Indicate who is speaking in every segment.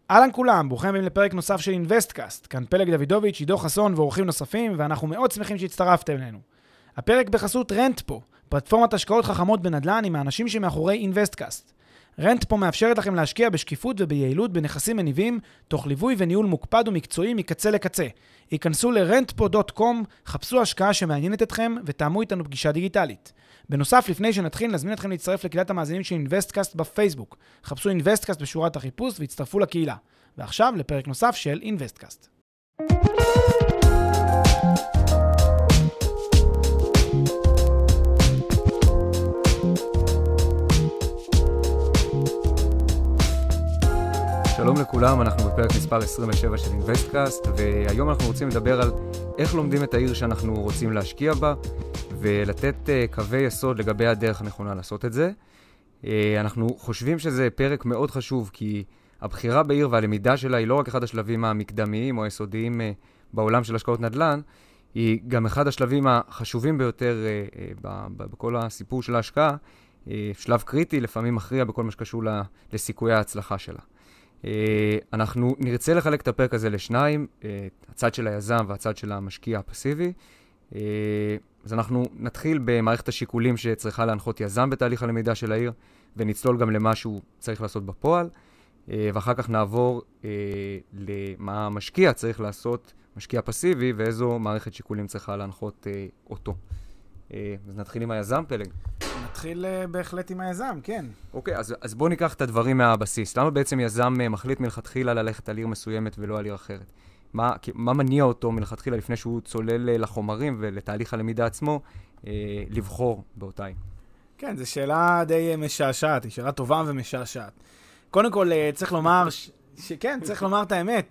Speaker 1: אהלן כולם, ברוכים הבאים לפרק נוסף של אינבסטקאסט. כאן פלג דוידוביץ', עידו חסון ואורחים נוספים, ואנחנו מאוד שמחים שהצטרפתם אלינו. הפרק בחסות רנטפו, פלטפורמת השקעות חכמות בנדל"ן עם האנשים שמאחורי אינבסטקאסט. רנטפו מאפשרת לכם להשקיע בשקיפות וביעילות בנכסים מניבים, תוך ליווי וניהול מוקפד ומקצועי מקצה לקצה. היכנסו ל-rentpo.com, חפשו השקעה שמעניינת אתכם ותאמו איתנו פגישה דיגיטלית. בנוסף, לפני שנתחיל, נזמין אתכם להצטרף לקהילת המאזינים של אינבסטקאסט בפייסבוק. חפשו אינבסטקאסט בשורת החיפוש והצטרפו לקהילה. ועכשיו לפרק נוסף של אינבסטקאסט.
Speaker 2: שלום לכולם, אנחנו בפרק מספר 27 של אינבסטקאסט, והיום אנחנו רוצים לדבר על איך לומדים את העיר שאנחנו רוצים להשקיע בה, ולתת קווי יסוד לגבי הדרך הנכונה לעשות את זה. אנחנו חושבים שזה פרק מאוד חשוב, כי הבחירה בעיר והלמידה שלה היא לא רק אחד השלבים המקדמיים או היסודיים בעולם של השקעות נדל"ן, היא גם אחד השלבים החשובים ביותר בכל הסיפור של ההשקעה, שלב קריטי, לפעמים מכריע בכל מה שקשור לסיכויי ההצלחה שלה. אנחנו נרצה לחלק את הפרק הזה לשניים, הצד של היזם והצד של המשקיע הפסיבי. אז אנחנו נתחיל במערכת השיקולים שצריכה להנחות יזם בתהליך הלמידה של העיר, ונצלול גם למה שהוא צריך לעשות בפועל, ואחר כך נעבור למה המשקיע צריך לעשות, משקיע פסיבי, ואיזו מערכת שיקולים צריכה להנחות אותו. אז נתחיל עם היזם, פלג.
Speaker 1: נתחיל בהחלט עם היזם, כן.
Speaker 2: אוקיי, אז בואו ניקח את הדברים מהבסיס. למה בעצם יזם מחליט מלכתחילה ללכת על עיר מסוימת ולא על עיר אחרת? מה מניע אותו מלכתחילה לפני שהוא צולל לחומרים ולתהליך הלמידה עצמו, לבחור באותה עיר?
Speaker 1: כן, זו שאלה די משעשעת, היא שאלה טובה ומשעשעת. קודם כל, צריך לומר, כן, צריך לומר את האמת,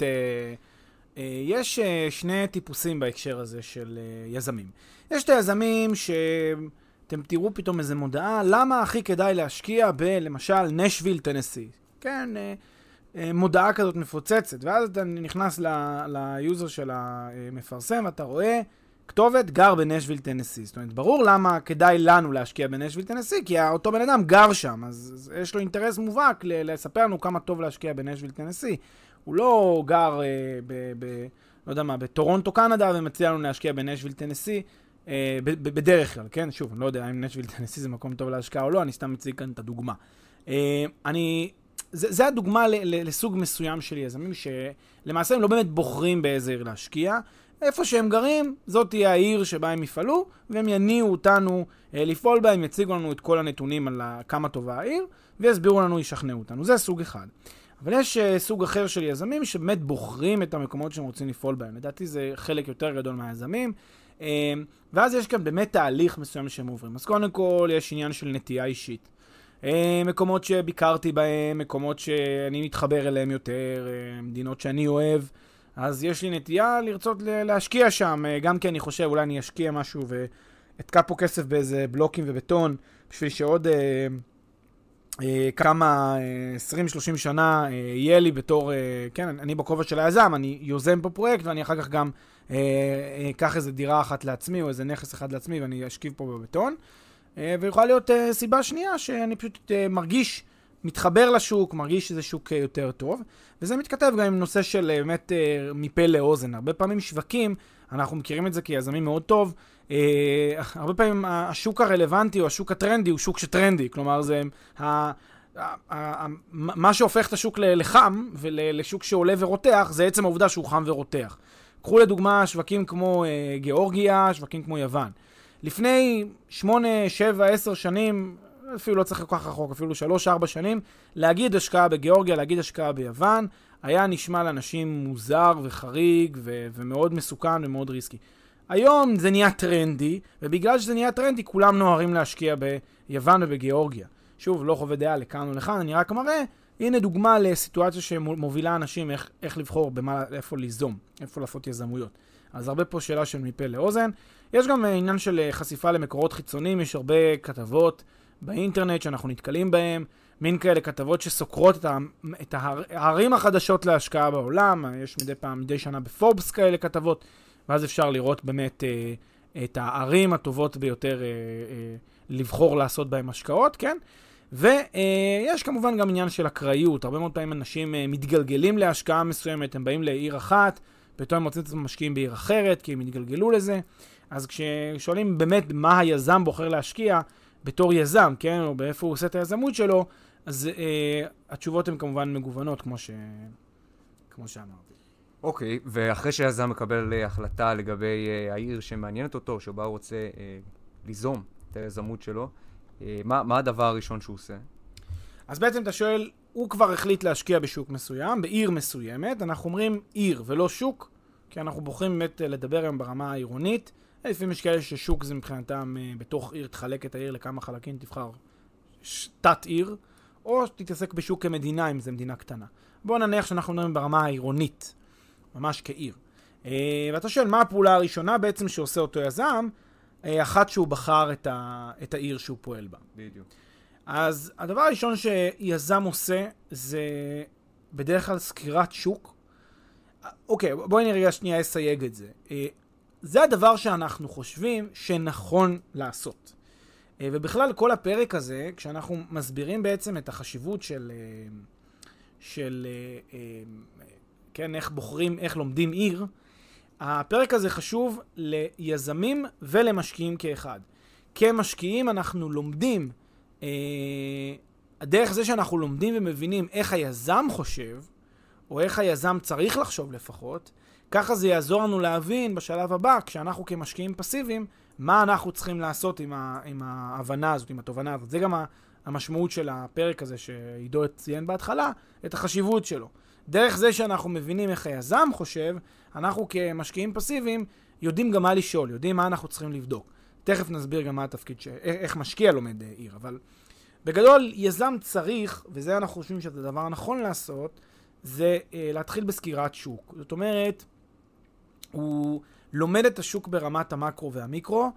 Speaker 1: יש שני טיפוסים בהקשר הזה של יזמים. יש את היזמים שאתם תראו פתאום איזו מודעה, למה הכי כדאי להשקיע למשל נשוויל, טנסי. כן, מודעה כזאת מפוצצת, ואז אתה נכנס ליוזר של המפרסם, ואתה רואה כתובת גר בנשוויל, טנסי. זאת אומרת, ברור למה כדאי לנו להשקיע בנשוויל, טנסי, כי אותו בן אדם גר שם, אז יש לו אינטרס מובהק לספר לנו כמה טוב להשקיע בנשוויל, טנסי. הוא לא גר לא יודע מה, בטורונטו, קנדה, ומציע לנו להשקיע בנשוויל, טנסי, בדרך כלל, כן? שוב, אני לא יודע אם נשוויל, טנסי זה מקום טוב להשקעה או לא, אני סתם מציג כאן את הדוגמה. זה הדוגמה לסוג מסוים של יזמים, שלמעשה הם לא באמת בוחרים באיזה עיר להשקיע. איפה שהם גרים, זאת תהיה העיר שבה הם יפעלו, והם יניעו אותנו לפעול בה, הם יציגו לנו את כל הנתונים על כמה טובה העיר, ויסבירו לנו, ישכנעו אותנו. זה סוג אחד. אבל יש סוג אחר של יזמים שבאמת בוחרים את המקומות שהם רוצים לפעול בהם. לדעתי זה חלק יותר גדול מהיזמים. ואז יש כאן באמת תהליך מסוים שהם עוברים. אז קודם כל יש עניין של נטייה אישית. מקומות שביקרתי בהם, מקומות שאני מתחבר אליהם יותר, מדינות שאני אוהב. אז יש לי נטייה לרצות להשקיע שם. גם כי אני חושב אולי אני אשקיע משהו ואתקע פה כסף באיזה בלוקים ובטון, בשביל שעוד כמה 20-30 שנה יהיה לי בתור, כן, אני בכובע של היזם, אני יוזם פה פרויקט ואני אחר כך גם אקח איזה דירה אחת לעצמי או איזה נכס אחד לעצמי ואני אשכיב פה בבטון. ויכולה להיות סיבה שנייה שאני פשוט מרגיש, מתחבר לשוק, מרגיש שזה שוק יותר טוב, וזה מתכתב גם עם נושא של באמת מפה לאוזן. הרבה פעמים שווקים, אנחנו מכירים את זה כיזמים מאוד טוב, הרבה פעמים השוק הרלוונטי או השוק הטרנדי הוא שוק שטרנדי, כלומר זה מה שהופך את השוק לחם ולשוק שעולה ורותח, זה עצם העובדה שהוא חם ורותח. קחו לדוגמה שווקים כמו גיאורגיה, שווקים כמו יוון. לפני 8, 7, 10 שנים, אפילו לא צריך כל כך רחוק, אפילו 3-4 שנים, להגיד השקעה בגיאורגיה, להגיד השקעה ביוון, היה נשמע לאנשים מוזר וחריג ומאוד מסוכן ומאוד ריסקי. היום זה נהיה טרנדי, ובגלל שזה נהיה טרנדי, כולם נוהרים להשקיע ביוון ובגיאורגיה. שוב, לא חווה דעה לכאן או לכאן, אני רק מראה, הנה דוגמה לסיטואציה שמובילה אנשים איך לבחור, איפה ליזום, איפה לעשות יזמויות. אז הרבה פה שאלה של מפה לאוזן. יש גם עניין של חשיפה למקורות חיצוניים, יש הרבה כתבות באינטרנט שאנחנו נתקלים בהם, מין כאלה כתבות שסוקרות את הערים החדשות להשקעה בעולם, יש מדי שנה בפורבס כאלה כתבות, ואז אפשר לראות באמת את הערים הטובות ביותר לבחור לעשות בהם השקעות, כן? ויש כמובן גם עניין של אקראיות. הרבה מאוד פעמים אנשים מתגלגלים להשקעה מסוימת, הם באים לעיר אחת, פתאום הם מוצאים את עצמם משקיעים בעיר אחרת, כי הם התגלגלו לזה. אז כששואלים באמת מה היזם בוחר להשקיע בתור יזם, כן, או באיפה הוא עושה את היזמות שלו, אז התשובות הן כמובן מגוונות, כמו שאמרתי.
Speaker 2: אוקיי, ואחרי שהיזם מקבל החלטה לגבי העיר שמעניינת אותו, שבה הוא רוצה ליזום את היזמות שלו, מה הדבר הראשון שהוא עושה?
Speaker 1: אז בעצם אתה שואל, הוא כבר החליט להשקיע בשוק מסוים, בעיר מסוימת, אנחנו אומרים עיר ולא שוק, כי אנחנו בוחרים באמת לדבר היום ברמה העירונית. לפעמים יש כאלה ששוק זה מבחינתם בתוך עיר, תחלק את העיר לכמה חלקים, תבחר תת עיר, או תתעסק בשוק כמדינה אם זה מדינה קטנה. בואו נניח שאנחנו מדברים ברמה העירונית, ממש כעיר. ואתה שואל, מה הפעולה הראשונה בעצם שעושה אותו יזם, אחת שהוא בחר את העיר שהוא פועל בה.
Speaker 2: בדיוק.
Speaker 1: אז הדבר הראשון שיזם עושה זה בדרך כלל סקירת שוק. אוקיי, בואי נרגע שנייה אסייג את זה. זה הדבר שאנחנו חושבים שנכון לעשות. ובכלל כל הפרק הזה, כשאנחנו מסבירים בעצם את החשיבות של כן, איך בוחרים, איך לומדים עיר, הפרק הזה חשוב ליזמים ולמשקיעים כאחד. כמשקיעים אנחנו לומדים, הדרך זה שאנחנו לומדים ומבינים איך היזם חושב, או איך היזם צריך לחשוב לפחות, ככה זה יעזור לנו להבין בשלב הבא, כשאנחנו כמשקיעים פסיביים, מה אנחנו צריכים לעשות עם ההבנה הזאת, עם התובנה הזאת. זה גם המשמעות של הפרק הזה שעידו ציין בהתחלה, את החשיבות שלו. דרך זה שאנחנו מבינים איך היזם חושב, אנחנו כמשקיעים פסיביים יודעים גם מה לשאול, יודעים מה אנחנו צריכים לבדוק. תכף נסביר גם מה התפקיד, איך משקיע לומד עיר, אבל בגדול יזם צריך, וזה אנחנו חושבים שזה הדבר הנכון לעשות, זה להתחיל בסקירת שוק. זאת אומרת, הוא לומד את השוק ברמת המקרו והמיקרו.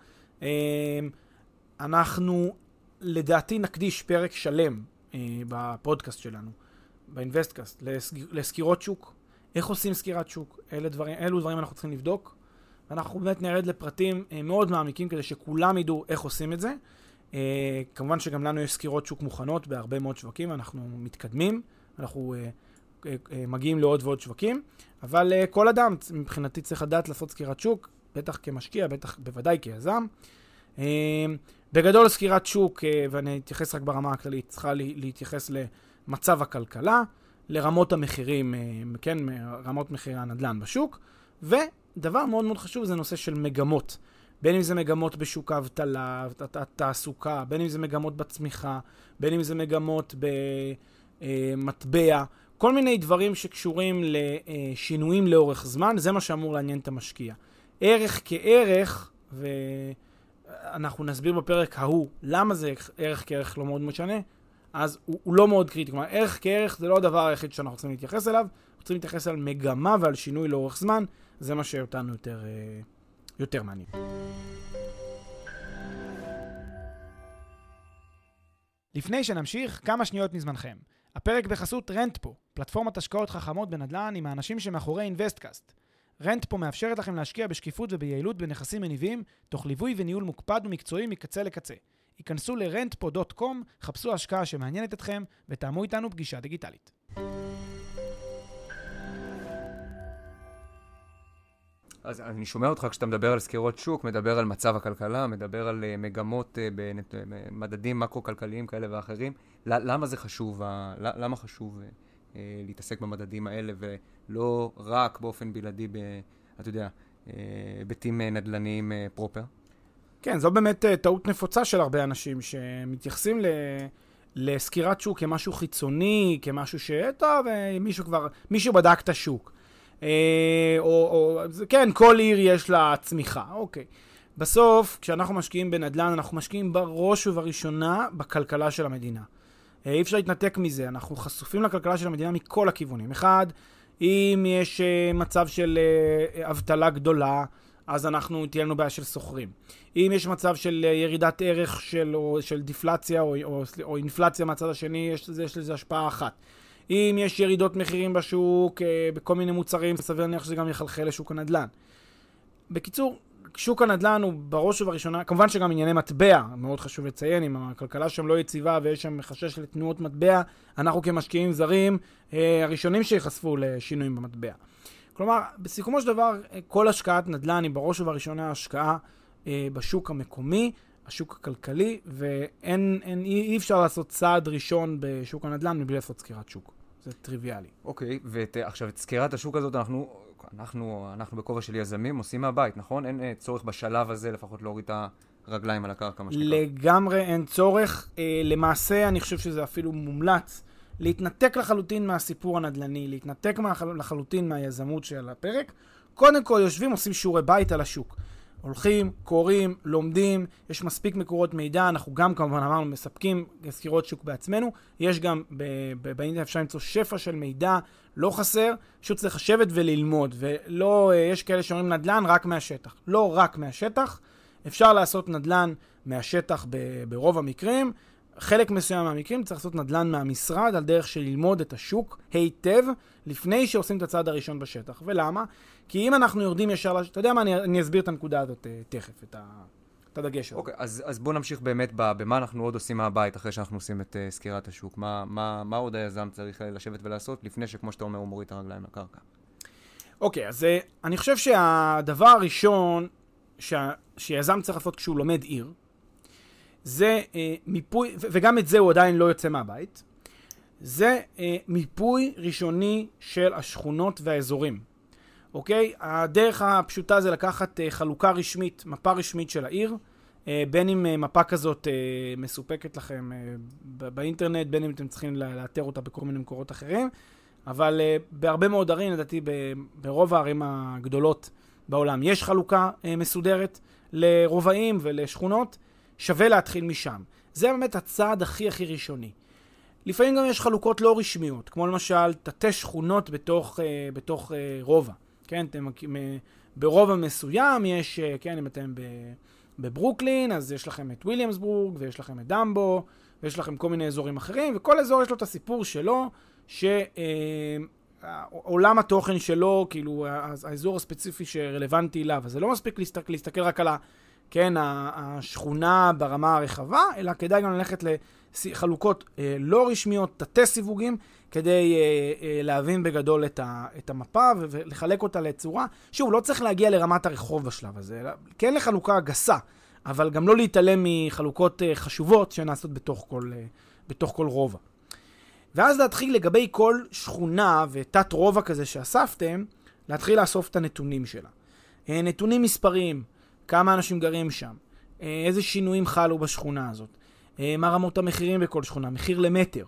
Speaker 1: אנחנו לדעתי נקדיש פרק שלם בפודקאסט שלנו, באינבסטקאסט, לסקירות שוק. איך עושים סקירת שוק? אלו דברים אנחנו צריכים לבדוק. ואנחנו באמת נרד לפרטים מאוד מעמיקים כדי שכולם ידעו איך עושים את זה. כמובן שגם לנו יש סקירות שוק מוכנות בהרבה מאוד שווקים, אנחנו מתקדמים, אנחנו מגיעים לעוד ועוד שווקים, אבל כל אדם מבחינתי צריך לדעת לעשות סקירת שוק, בטח כמשקיע, בטח בוודאי כיזם. בגדול סקירת שוק, ואני אתייחס רק ברמה הכללית, צריכה להתייחס למצב הכלכלה, לרמות המחירים, כן, רמות מחירי הנדל"ן בשוק, ודבר מאוד מאוד חשוב זה נושא של מגמות. בין אם זה מגמות בשוק האבטלה, התעסוקה, בין אם זה מגמות בצמיחה, בין אם זה מגמות במטבע, כל מיני דברים שקשורים לשינויים לאורך זמן, זה מה שאמור לעניין את המשקיע. ערך כערך, ואנחנו נסביר בפרק ההוא למה זה ערך כערך לא מאוד משנה, אז הוא לא מאוד קריטי. כלומר, ערך כערך זה לא הדבר היחיד שאנחנו צריכים להתייחס אליו, אנחנו צריכים להתייחס על מגמה ועל שינוי לאורך זמן, זה מה שאותנו יותר מעניין. לפני שנמשיך, כמה שניות מזמנכם. הפרק בחסות רנטפו, פלטפורמת השקעות חכמות בנדל"ן עם האנשים שמאחורי אינבסטקאסט. רנטפו מאפשרת לכם להשקיע בשקיפות וביעילות בנכסים מניבים, תוך ליווי וניהול מוקפד ומקצועי מקצה לקצה. היכנסו ל-rentpo.com, חפשו השקעה שמעניינת אתכם ותאמו איתנו פגישה דיגיטלית.
Speaker 2: אז אני שומע אותך כשאתה מדבר על סקירות שוק, מדבר על מצב הכלכלה, מדבר על מגמות במדדים מקרו-כלכליים כאלה ואחרים. למה זה חשוב? למה חשוב להתעסק במדדים האלה ולא רק באופן בלעדי, אתה יודע, היבטים נדל"ניים פרופר? כן,
Speaker 1: זו באמת טעות נפוצה של הרבה אנשים שמתייחסים לסקירת שוק כמשהו חיצוני, כמשהו שטוב, מישהו בדק את השוק. כן, כל עיר יש לה צמיחה, אוקיי. בסוף, כשאנחנו משקיעים בנדל"ן, אנחנו משקיעים בראש ובראשונה בכלכלה של המדינה. אי אפשר להתנתק מזה, אנחנו חשופים לכלכלה של המדינה מכל הכיוונים. אחד, אם יש מצב של אבטלה גדולה, אז תהיה לנו בעיה של סוחרים. אם יש מצב של ירידת ערך של דיפלציה או אינפלציה מהצד השני, יש לזה השפעה אחת. אם יש ירידות מחירים בשוק, בכל מיני מוצרים, סביר להניח שזה גם יחלחל לשוק הנדל"ן. בקיצור, שוק הנדל"ן הוא בראש ובראשונה, כמובן שגם ענייני מטבע, מאוד חשוב לציין, אם הכלכלה שם לא יציבה ויש שם חשש לתנועות מטבע, אנחנו כמשקיעים זרים, הראשונים שיחשפו לשינויים במטבע. כלומר, בסיכומו של דבר, כל השקעת נדל"ן היא בראש ובראשונה השקעה בשוק המקומי, השוק הכלכלי, אי אפשר לעשות צעד ראשון בשוק הנדל"ן מבלי לעשות סקירת שוק. זה טריוויאלי.
Speaker 2: אוקיי, ועכשיו, את סקירת השוק הזאת אנחנו בכובע של יזמים עושים מהבית, נכון? אין צורך בשלב הזה לפחות להוריד את הרגליים על הקרקע, מה שנקרא.
Speaker 1: לגמרי אין צורך. למעשה, אני חושב שזה אפילו מומלץ להתנתק לחלוטין מהסיפור הנדל"ני, להתנתק לחלוטין מהיזמות של הפרק. קודם כל, יושבים, עושים שיעורי בית על השוק. הולכים, קוראים, לומדים, יש מספיק מקורות מידע, אנחנו גם כמובן אמרנו, מספקים סקירות שוק בעצמנו, יש גם באינטרנט אפשר למצוא שפע של מידע, לא חסר, פשוט צריך לשבת וללמוד, ולא, יש כאלה שאומרים נדל"ן רק מהשטח, לא רק מהשטח, אפשר לעשות נדל"ן מהשטח ברוב המקרים, חלק מסוים מהמקרים צריך לעשות נדל"ן מהמשרד, על דרך של ללמוד את השוק היטב, לפני שעושים את הצעד הראשון בשטח. ולמה? כי אם אנחנו יורדים ישר, אתה יודע מה, אני אסביר את הנקודה הזאת תכף, את הדגש הזה.
Speaker 2: אוקיי, אז בואו נמשיך באמת במה אנחנו עוד עושים מהבית, אחרי שאנחנו עושים את סקירת השוק. מה עוד היזם צריך לשבת ולעשות, לפני שכמו שאתה אומר, הוא מוריד את הרגליים לקרקע?
Speaker 1: אוקיי, אז אני חושב שהדבר הראשון שיזם צריך לעשות כשהוא לומד עיר, זה מיפוי, וגם את זה הוא עדיין לא יוצא מהבית, זה מיפוי ראשוני של השכונות והאזורים. אוקיי? הדרך הפשוטה זה לקחת חלוקה רשמית, מפה רשמית של העיר, בין אם מפה כזאת מסופקת לכם באינטרנט, בין אם אתם צריכים לאתר אותה בכל מיני מקורות אחרים, אבל בהרבה מאוד ערים, לדעתי ברוב הערים הגדולות בעולם, יש חלוקה מסודרת לרובעים ולשכונות, שווה להתחיל משם. זה באמת הצעד הכי ראשוני. לפעמים גם יש חלוקות לא רשמיות, כמו למשל תתי שכונות בתוך רובע. כן, ברובע מסוים יש, כן, אם אתם בברוקלין, אז יש לכם את וויליאמסבורג, ויש לכם את דמבו, ויש לכם כל מיני אזורים אחרים, וכל אזור יש לו את הסיפור שלו, שעולם התוכן שלו, כאילו, האזור הספציפי שרלוונטי אליו, אז זה לא מספיק להסתכל רק על כן, השכונה ברמה הרחבה, אלא כדאי גם ללכת לחלוקות לא רשמיות, תתי סיווגים, כדי להבין בגדול את המפה ולחלק אותה לצורה. שוב, לא צריך להגיע לרמת הרחוב בשלב הזה, אלא כן לחלוקה גסה, אבל גם לא להתעלם מחלוקות חשובות שנעשות בתוך כל רובע. ואז להתחיל לגבי כל שכונה ותת רובע כזה שאספתם, להתחיל לאסוף את הנתונים שלה. נתונים מספריים, כמה אנשים גרים שם, איזה שינויים חלו בשכונה הזאת, מה רמות המחירים בכל שכונה, מחיר למטר,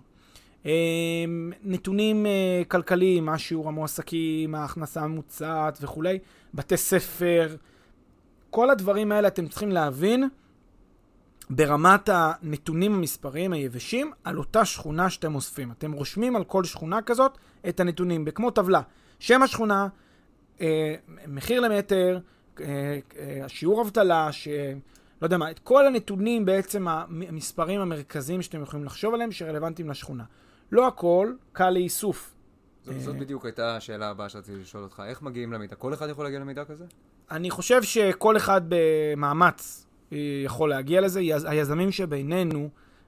Speaker 1: נתונים כלכליים, מה שיעור המועסקים, ההכנסה הממוצעת וכו', בתי ספר, כל הדברים האלה אתם צריכים להבין ברמת הנתונים המספריים היבשים על אותה שכונה שאתם אוספים. אתם רושמים על כל שכונה כזאת את הנתונים, כמו טבלה, שם השכונה, מחיר למטר, השיעור אבטלה, לא יודע מה, את כל הנתונים בעצם המספרים המרכזיים שאתם יכולים לחשוב עליהם שרלוונטיים לשכונה. לא הכל קל לאיסוף.
Speaker 2: זאת בדיוק הייתה השאלה הבאה שרציתי לשאול אותך. איך מגיעים למידע? כל אחד יכול להגיע למידע כזה?
Speaker 1: אני חושב שכל אחד במאמץ יכול להגיע לזה. היזמים שבינינו,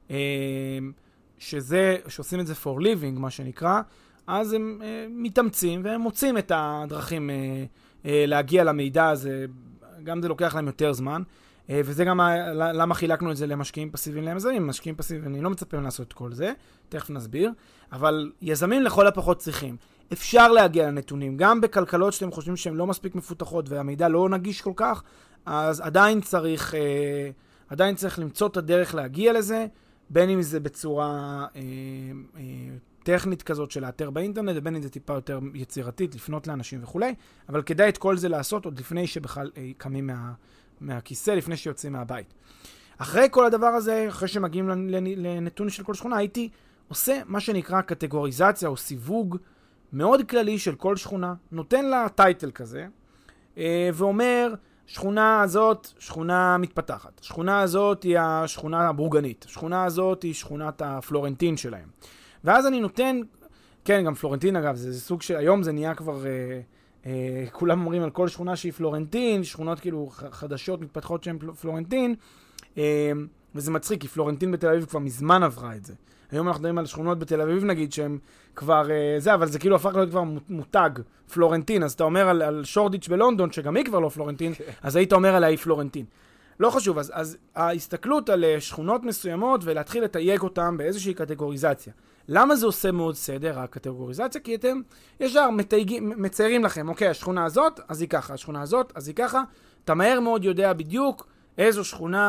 Speaker 1: שעושים את זה for living, מה שנקרא, אז הם מתאמצים והם מוצאים את הדרכים להגיע למידע הזה. גם זה לוקח להם יותר זמן. וזה גם למה חילקנו את זה למשקיעים פסיביים ליזמים. משקיעים פסיביים, אני לא מצפה לעשות את כל זה, תכף נסביר, אבל יזמים לכל הפחות צריכים. אפשר להגיע לנתונים, גם בכלכלות שאתם חושבים שהן לא מספיק מפותחות והמידע לא נגיש כל כך, אז עדיין צריך למצוא את הדרך להגיע לזה, בין אם זה בצורה טכנית כזאת של לאתר באינטרנט, ובין אם זה טיפה יותר יצירתית, לפנות לאנשים וכו', אבל כדאי את כל זה לעשות עוד לפני שבכלל קמים מהכיסא, לפני שיוצאים מהבית. אחרי כל הדבר הזה, אחרי שמגיעים לנתון של כל שכונה, הייתי עושה מה שנקרא קטגוריזציה או סיווג מאוד כללי של כל שכונה, נותן לה טייטל כזה, ואומר, שכונה הזאת, שכונה מתפתחת. שכונה הזאת היא השכונה הבורגנית. שכונה הזאת היא שכונת הפלורנטין שלהם. ואז אני נותן, כן, גם פלורנטין אגב, זה סוג שהיום זה נהיה כבר כולם אומרים על כל שכונה שהיא פלורנטין, שכונות כאילו חדשות מתפתחות שהן פלורנטין, וזה מצחיק, כי פלורנטין בתל אביב כבר מזמן עברה את זה. היום אנחנו מדברים על שכונות בתל אביב נגיד, שהן כבר אבל זה כאילו הפך להיות כבר מותג פלורנטין, אז אתה אומר על שורדיץ' בלונדון, שגם היא כבר לא פלורנטין, אז היית אומר עליה היא פלורנטין. לא חשוב, אז ההסתכלות על שכונות מסוימות ולהתחיל לתייג אותם באיזושהי קטגוריזציה. למה זה עושה מאוד סדר, הקטגוריזציה? כי אתם ישר מציירים לכם, אוקיי, השכונה הזאת, אז היא ככה, השכונה הזאת, אז היא ככה. אתה מהר מאוד יודע בדיוק איזו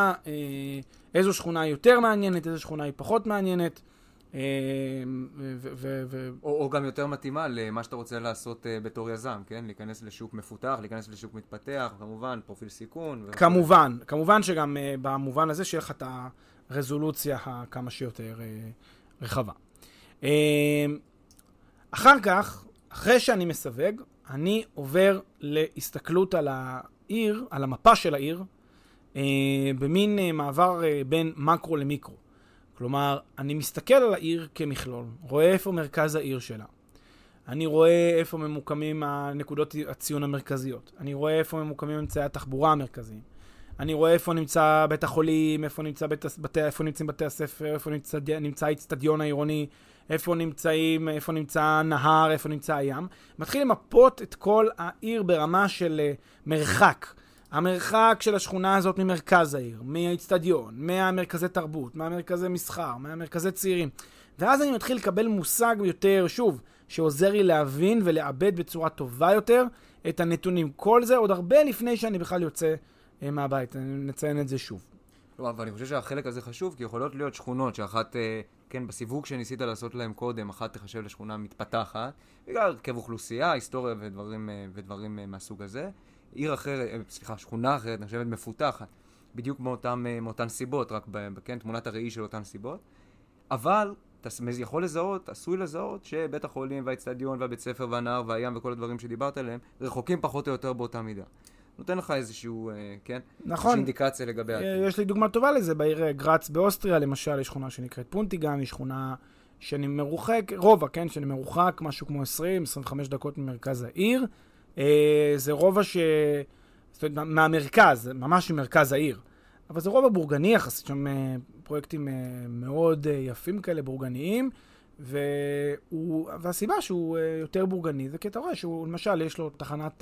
Speaker 1: שכונה יותר מעניינת, איזו שכונה היא פחות מעניינת.
Speaker 2: או גם יותר מתאימה למה שאתה רוצה לעשות בתור יזם, כן? להיכנס לשוק מפותח, להיכנס לשוק מתפתח, כמובן, פרופיל סיכון.
Speaker 1: כמובן שגם במובן הזה שיהיה לך את הרזולוציה הכמה שיותר רחבה. אחר כך, אחרי שאני מסווג, אני עובר להסתכלות על העיר, על המפה של העיר, במין מעבר בין מקרו למיקרו. כלומר, אני מסתכל על העיר כמכלול, רואה איפה מרכז העיר שלה. אני רואה איפה ממוקמים הנקודות הציון המרכזיות. אני רואה איפה ממוקמים אמצעי התחבורה המרכזיים. אני רואה איפה נמצא בית החולים, איפה נמצאים בתי הספר, איפה נמצא האצטדיון העירוני, איפה נמצא נהר, איפה נמצא הים. מתחיל למפות את כל העיר ברמה של מרחק. המרחק של השכונה הזאת ממרכז העיר, מהאצטדיון, מהמרכזי תרבות, מהמרכזי מסחר, מהמרכזי צעירים. ואז אני מתחיל לקבל מושג יותר, שוב, שעוזר לי להבין ולעבד בצורה טובה יותר את הנתונים. כל זה עוד הרבה לפני שאני בכלל יוצא מהבית. אני נציין את זה שוב.
Speaker 2: לא, אבל אני חושב שהחלק הזה חשוב, כי יכולות להיות שכונות שאחת, כן, בסיווג שניסית לעשות להם קודם, אחת תחשב לשכונה מתפתחת, בגלל הרכב אוכלוסייה, היסטוריה ודברים מהסוג הזה. עיר אחרת, שכונה אחרת, נחשבת מפותחת, בדיוק מאותן סיבות, רק כן, תמונת הראי של אותן סיבות. אבל אתה יכול לזהות, עשוי לזהות, שבית החולים והאצטדיון והבית ספר והנהר והים וכל הדברים שדיברת עליהם, רחוקים פחות או יותר באותה מידה. נותן לך איזשהו, כן?
Speaker 1: נכון.
Speaker 2: איזושהי אינדיקציה לגבי העתיד.
Speaker 1: יש לי דוגמה טובה לזה, בעיר גרץ באוסטריה, למשל, יש שכונה שנקראת פונטיגן, היא שכונה שאני מרוחק, רובע, כן, שאני מרוחק משהו כמו 20-25 דקות ממרכז העיר. זה רובע זאת אומרת, מהמרכז, ממש ממרכז העיר. אבל זה רובע בורגני יחסית, שם פרויקטים מאוד יפים כאלה, בורגניים, והסיבה שהוא יותר בורגני, זה כי אתה רואה שהוא, למשל, יש לו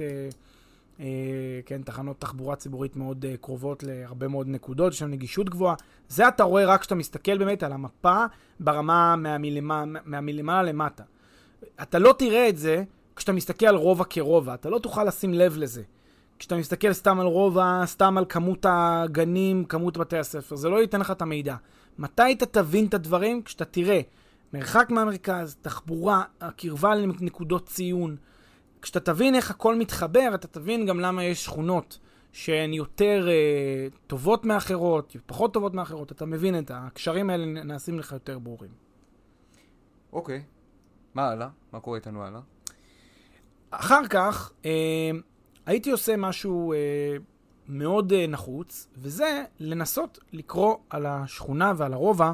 Speaker 1: תחנות תחבורה ציבורית מאוד קרובות להרבה מאוד נקודות, יש שם נגישות גבוהה. זה אתה רואה רק כשאתה מסתכל באמת על המפה ברמה מהמלמעלה למטה. אתה לא תראה את זה כשאתה מסתכל על רובע כרובע, אתה לא תוכל לשים לב לזה. כשאתה מסתכל סתם על רובע, סתם על כמות הגנים, כמות בתי הספר, זה לא ייתן לך את המידע. מתי אתה תבין את הדברים? כשאתה תראה מרחק מהמרכז, תחבורה, הקרבה לנקודות ציון. כשאתה תבין איך הכל מתחבר, אתה תבין גם למה יש שכונות שהן יותר טובות מאחרות, פחות טובות מאחרות. אתה מבין את הקשרים האלה נעשים לך יותר ברורים.
Speaker 2: אוקיי. מה הלאה? מה קורה איתנו הלאה?
Speaker 1: אחר כך, הייתי עושה משהו מאוד נחוץ, וזה לנסות לקרוא על השכונה ועל הרובע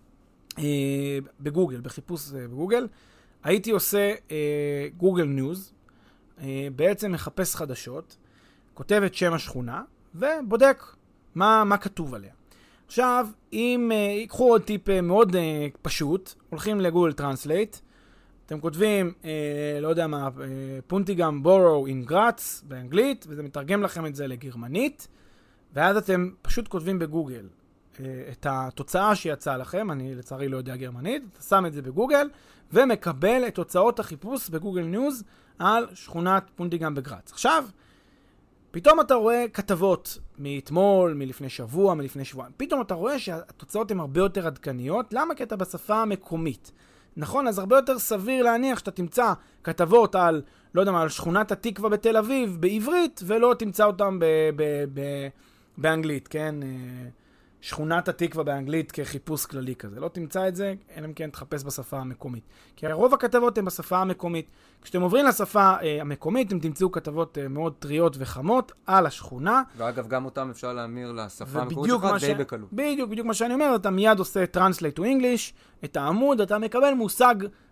Speaker 1: בגוגל, בחיפוש בגוגל. הייתי עושה גוגל ניוז, בעצם מחפש חדשות, כותב את שם השכונה, ובודק מה כתוב עליה. עכשיו, אם ייקחו עוד טיפ מאוד פשוט, הולכים לגוגל טרנסלייט, אתם כותבים, לא יודע מה, פונטיגן בורו אין גרץ באנגלית, וזה מתרגם לכם את זה לגרמנית, ואז אתם פשוט כותבים בגוגל את התוצאה שיצאה לכם, אני לצערי לא יודע גרמנית, אתה שם את זה בגוגל, ומקבל את תוצאות החיפוש בגוגל ניוז על שכונת פונטיגן בגרץ. עכשיו, פתאום אתה רואה כתבות מאתמול, מלפני שבוע, מלפני שבועיים. פתאום אתה רואה שהתוצאות הן הרבה יותר עדכניות. למה? כי אתה בשפה המקומית. נכון? אז הרבה יותר סביר להניח שאתה תמצא כתבות על, לא יודע מה, על שכונת התקווה בתל אביב בעברית, ולא תמצא אותם באנגלית, כן? שכונת התקווה באנגלית כחיפוש כללי כזה. לא תמצא את זה, אלא אם כן תחפש בשפה המקומית. כי רוב הכתבות הן בשפה המקומית. כשאתם עוברים לשפה המקומית, אתם תמצאו כתבות מאוד טריות וחמות על השכונה.
Speaker 2: ואגב, גם אותם אפשר להמיר לשפה המקומית שלך די בקלות.
Speaker 1: בדיוק מה שאני אומר, אתה מיד עושה Translate to English, את העמוד, אתה מקבל מושג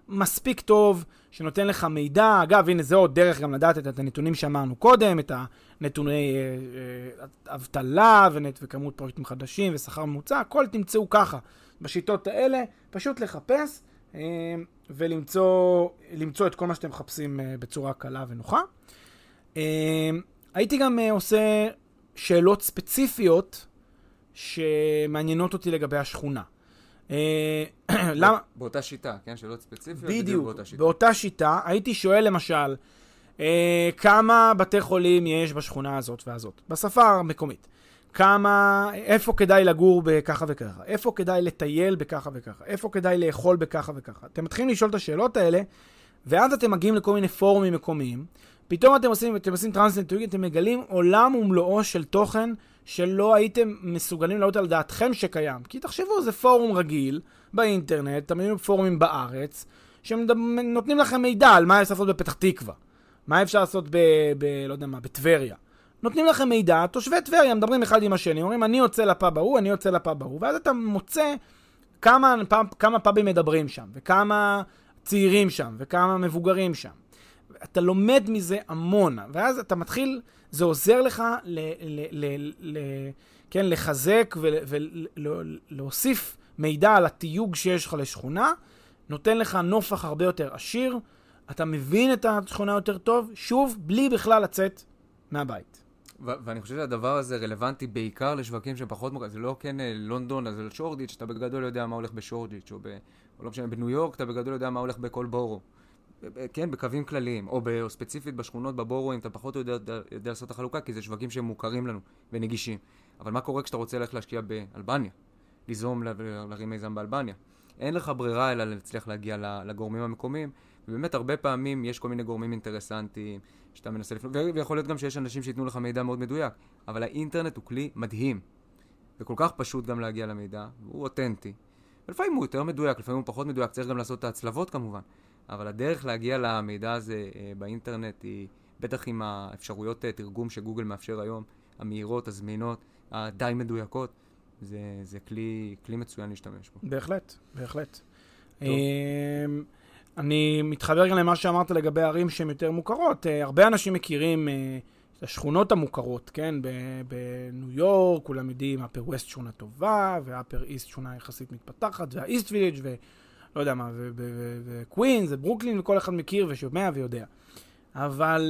Speaker 1: מספיק טוב, שנותן לך מידע. אגב, הנה, זה עוד דרך גם לדעת את הנתונים שאמרנו קודם, את הנתוני אבטלה וכמות פרויקטים חדשים ושכר ממוצע, הכל תמצאו ככה. בשיטות האלה, פשוט לחפש ולמצוא את כל מה שאתם מחפשים בצורה קלה ונוחה. הייתי גם עושה שאלות ספציפיות שמעניינות אותי לגבי השכונה. למה?
Speaker 2: באותה שיטה, כן? שאלות ספציפיות?
Speaker 1: בדיוק, באותה שיטה. הייתי שואל למשל, כמה בתי חולים יש בשכונה הזאת והזאת, בשפה המקומית. איפה כדאי לגור בככה וככה, איפה כדאי לטייל בככה וככה, איפה כדאי לאכול בככה וככה. אתם מתחילים לשאול את השאלות האלה, ואז אתם מגיעים לכל מיני פורומים מקומיים, פתאום אתם עושים טרנסלייט, אתם מגלים עולם ומלואו של תוכן שלא הייתם מסוגלים להעלות על דעתכם שקיים. כי תחשבו, זה פורום רגיל באינטרנט, תמיד פורומים בארץ, שנותנים לכם מידע על מה אפשר לעשות בפתח תקווה, מה אפשר לעשות לא יודע מה, בטבריה. נותנים לכם מידע, תושבי טבריה מדברים אחד עם השני, אומרים אני יוצא לפאב ההוא, אני יוצא לפאב ההוא, ואז אתה מוצא כמה פאבים מדברים שם, וכמה צעירים שם, וכמה מבוגרים שם. אתה לומד מזה המון, ואז אתה מתחיל, זה עוזר לך לחזק ולהוסיף מידע על התיוג שיש לך לשכונה, נותן לך נופח הרבה יותר עשיר, אתה מבין את השכונה יותר טוב, שוב, בלי בכלל לצאת מהבית.
Speaker 2: ואני חושב שהדבר הזה רלוונטי בעיקר לשווקים שפחות מוכרים, זה לא כן לונדון, אז זה שורדיץ', אתה בגדול יודע מה הולך בשורדיץ', או לא משנה, בניו יורק, אתה בגדול יודע מה הולך בכל בורו. כן, בקווים כלליים, או ספציפית בשכונות בבורואים, אתה פחות יודע לעשות את החלוקה, כי זה שווקים שהם מוכרים לנו ונגישים. אבל מה קורה כשאתה רוצה ללכת להשקיע באלבניה? ליזום להרים מיזם באלבניה. אין לך ברירה אלא להצליח להגיע לגורמים המקומיים, ובאמת הרבה פעמים יש כל מיני גורמים אינטרסנטיים שאתה מנסה לפנות, ויכול להיות גם שיש אנשים שיתנו לך מידע מאוד מדויק, אבל האינטרנט הוא כלי מדהים, וכל כך פשוט גם להגיע למידע, הוא אותנטי. ולפעמים הוא יותר מדויק, לפעמים הוא פחות מדויק, צריך גם לעשות את ההצלבות כמובן, אבל הדרך להגיע למידע הזה באינטרנט היא בטח עם האפשרויות תרגום שגוגל מאפשר היום, המהירות, הזמינות, הדי מדויקות, זה כלי מצוין להשתמש בו.
Speaker 1: בהחלט, בהחלט. אני מתחבר גם למה שאמרת לגבי ערים שהן יותר מוכרות. הרבה אנשים מכירים את השכונות המוכרות, כן? בניו יורק, כולם יודעים, אפר ווסט שכונה טובה, ואפר איסט שכונה יחסית מתפתחת, והאיסט ויליג' ולא יודע מה, וקווינס, וברוקלין, וכל אחד מכיר ושומע ויודע. אבל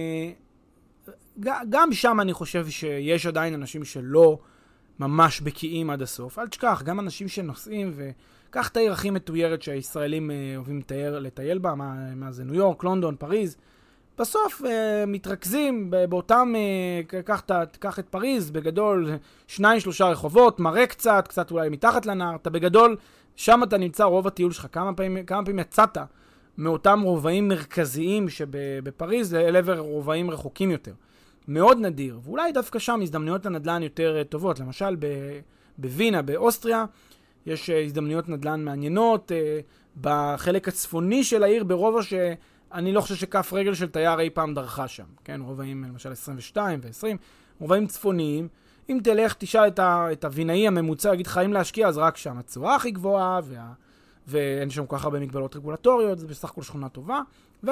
Speaker 1: גם שם אני חושב שיש עדיין אנשים שלא ממש בקיאים עד הסוף. אל תשכח, גם אנשים שנוסעים קח את העיר הכי מתוירת שהישראלים אוהבים לטייל בה, מה זה ניו יורק, לונדון, פריז. בסוף מתרכזים באותם, קח את פריז, בגדול 2-3 רחובות, מראה קצת אולי מתחת לנהר, אתה בגדול, שם אתה נמצא רוב הטיול שלך, כמה פעמים יצאת מאותם רובעים מרכזיים שבפריז לעבר רובעים רחוקים יותר. מאוד נדיר, ואולי דווקא שם הזדמנויות לנדל"ן יותר טובות, למשל בווינה, באוסטריה, יש הזדמנויות נדל"ן מעניינות, בחלק הצפוני של העיר, ברובע שאני לא חושב שכף רגל של תייר אי פעם דרכה שם, כן? רובעים למשל 22 ו-20, רובעים צפוניים, אם תלך, תשאל את הווינאי הממוצע, יגיד לך אם להשקיע, אז רק שם התשואה הכי גבוהה, ואין שם כל כך הרבה מגבלות רגולטוריות, זה בסך הכל שכונה טובה,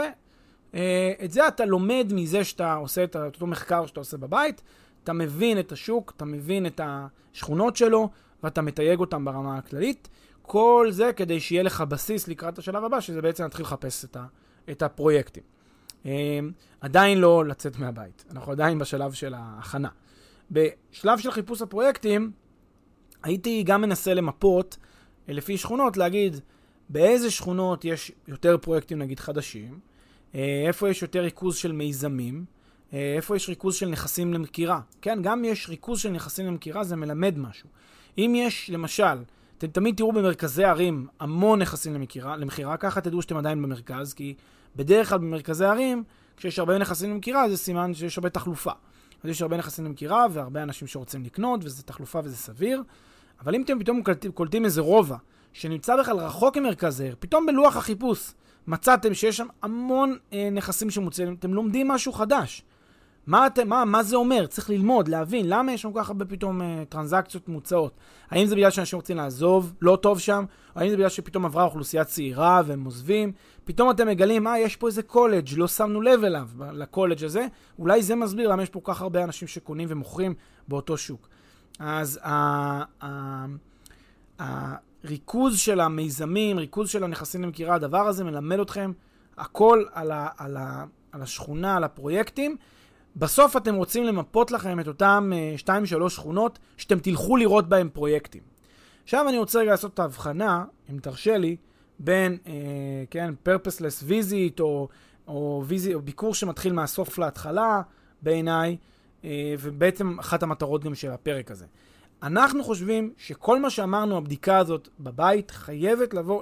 Speaker 1: ואת זה אתה לומד מזה שאתה עושה את אותו מחקר שאתה עושה בבית, אתה מבין את השוק, אתה מבין את השכונות שלו, ואתה מתייג אותם ברמה הכללית. כל זה כדי שיהיה לך בסיס לקראת השלב הבא, שזה בעצם להתחיל לחפש את הפרויקטים. עדיין לא לצאת מהבית. אנחנו עדיין בשלב של ההכנה. בשלב של חיפוש הפרויקטים, הייתי גם מנסה למפות, לפי שכונות, להגיד באיזה שכונות יש יותר פרויקטים, נגיד חדשים, איפה יש יותר ריכוז של מיזמים, איפה יש ריכוז של נכסים למכירה. כן, גם יש ריכוז של נכסים למכירה, זה מלמד משהו. אם יש, למשל, אתם תמיד תראו במרכזי ערים המון נכסים למכירה, ככה תדעו שאתם עדיין במרכז, כי בדרך כלל במרכזי ערים, כשיש הרבה נכסים למכירה, זה סימן שיש הרבה תחלופה. אז יש הרבה נכסים למכירה, והרבה אנשים שרוצים לקנות, וזה תחלופה וזה סביר. אבל אם אתם פתאום קולטים איזה רובע, שנמצא בכלל רחוק ממרכז העיר, פתאום בלוח החיפוש מצאתם שיש שם המון נכסים שמוצאים, אתם לומדים משהו חדש. מה זה אומר? צריך ללמוד, להבין, למה יש שם ככה בפתאום טרנזקציות מוצאות? האם זה בגלל שאנשים רוצים לעזוב, לא טוב שם? או האם זה בגלל שפתאום עברה אוכלוסייה צעירה והם עוזבים? פתאום אתם מגלים, יש פה איזה קולג', לא שמנו לב אליו, לקולג' הזה. אולי זה מסביר למה יש פה כך הרבה אנשים שקונים ומוכרים באותו שוק. אז הריכוז של המיזמים, ריכוז של הנכסים למכירה, הדבר הזה מלמד אתכם הכל על השכונה, על הפרויקטים. בסוף אתם רוצים למפות לכם את אותם 2-3 שכונות שאתם תלכו לראות בהם פרויקטים. עכשיו אני רוצה רגע לעשות את ההבחנה, אם תרשה לי, בין purposeless visit או ביקור שמתחיל מהסוף להתחלה בעיניי, ובעצם אחת המטרות גם של הפרק הזה. אנחנו חושבים שכל מה שאמרנו, הבדיקה הזאת בבית, חייבת לבוא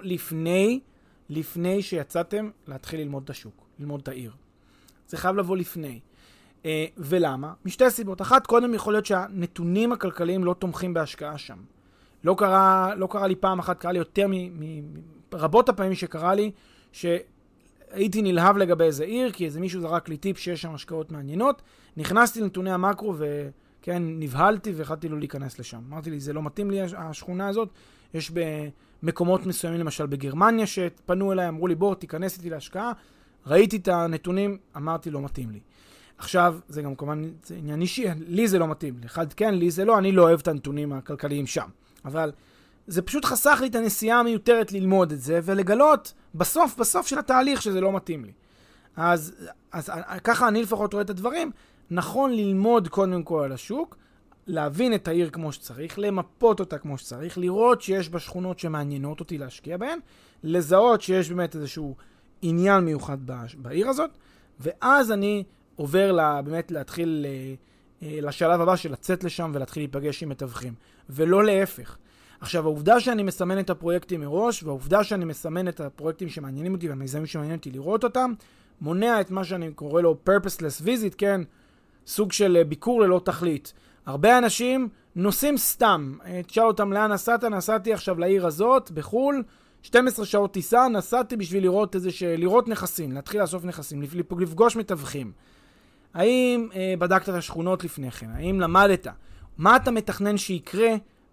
Speaker 1: לפני שיצאתם להתחיל ללמוד את השוק, ללמוד את העיר. זה חייב לבוא לפני. ולמה? משתי סיבות. אחת, קודם יכול להיות שהנתונים הכלכליים לא תומכים בהשקעה שם. לא קרה לי פעם אחת, קרה לי יותר רבות הפעמים שקרה לי, שהייתי נלהב לגבי איזה עיר, כי איזה מישהו זרק לי טיפ שיש שם השקעות מעניינות, נכנסתי לנתוני המקרו וכן, נבהלתי והחלטתי לו להיכנס לשם. אמרתי לי, זה לא מתאים לי השכונה הזאת, יש במקומות מסוימים, למשל בגרמניה, שפנו אליי, אמרו לי, בוא, תיכנס איתי להשקעה, ראיתי את הנתונים, אמרתי, לא מתאים לי. עכשיו, זה גם כמובן עניין אישי, לי זה לא מתאים. אחד כן, לי זה לא, אני לא אוהב את הנתונים הכלכליים שם. אבל זה פשוט חסך לי את הנסיעה המיותרת ללמוד את זה, ולגלות בסוף של התהליך שזה לא מתאים לי. אז ככה אני לפחות רואה את הדברים. נכון ללמוד קודם כל על השוק, להבין את העיר כמו שצריך, למפות אותה כמו שצריך, לראות שיש בה שכונות שמעניינות אותי להשקיע בהן, לזהות שיש באמת איזשהו עניין מיוחד בעיר הזאת, ואז אני עובר באמת להתחיל לשלב הבא של לצאת לשם ולהתחיל להיפגש עם מתווכים, ולא להפך. עכשיו, העובדה שאני מסמן את הפרויקטים מראש, והעובדה שאני מסמן את הפרויקטים שמעניינים אותי והמיזמים שמעניינים אותי לראות אותם, מונע את מה שאני קורא לו purposeless visit, כן? סוג של ביקור ללא תכלית. הרבה אנשים נוסעים סתם. תשאל אותם לאן נסעתי עכשיו לעיר הזאת, בחול, 12 שעות טיסה, נסעתי בשביל לראות נכסים, להתחיל לאסוף נכסים, לפגוש מתווכים. האם בדקת את השכונות לפני כן? האם למדת? מה אתה מתכנן שיקרה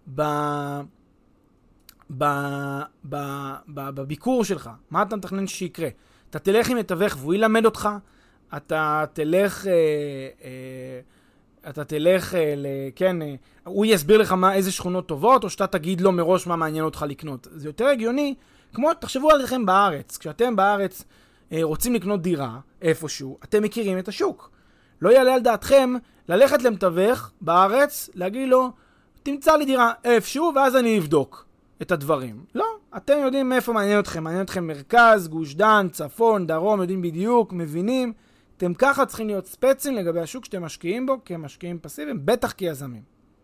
Speaker 1: בביקור שלך? מה אתה מתכנן שיקרה? אתה תלך עם מתווך והוא ילמד אותך? אתה תלך, הוא יסביר לך איזה שכונות טובות, או שאתה תגיד לו מראש מה מעניין אותך לקנות. זה יותר הגיוני, תחשבו עליכם בארץ. כשאתם בארץ רוצים לקנות דירה איפשהו, אתם מכירים את השוק. לא יעלה על דעתכם ללכת למתווך בארץ, להגיד לו, תמצא לי דירה איפשהו, ואז אני אבדוק את הדברים. לא, אתם יודעים מאיפה מעניין אתכם. מעניין אתכם מרכז, גוש דן, צפון, דרום, יודעים בדיוק, מבינים. אתם ככה צריכים להיות ספצים לגבי השוק שאתם משקיעים בו, כמשקיעים פסיביים, בטח כיזמים.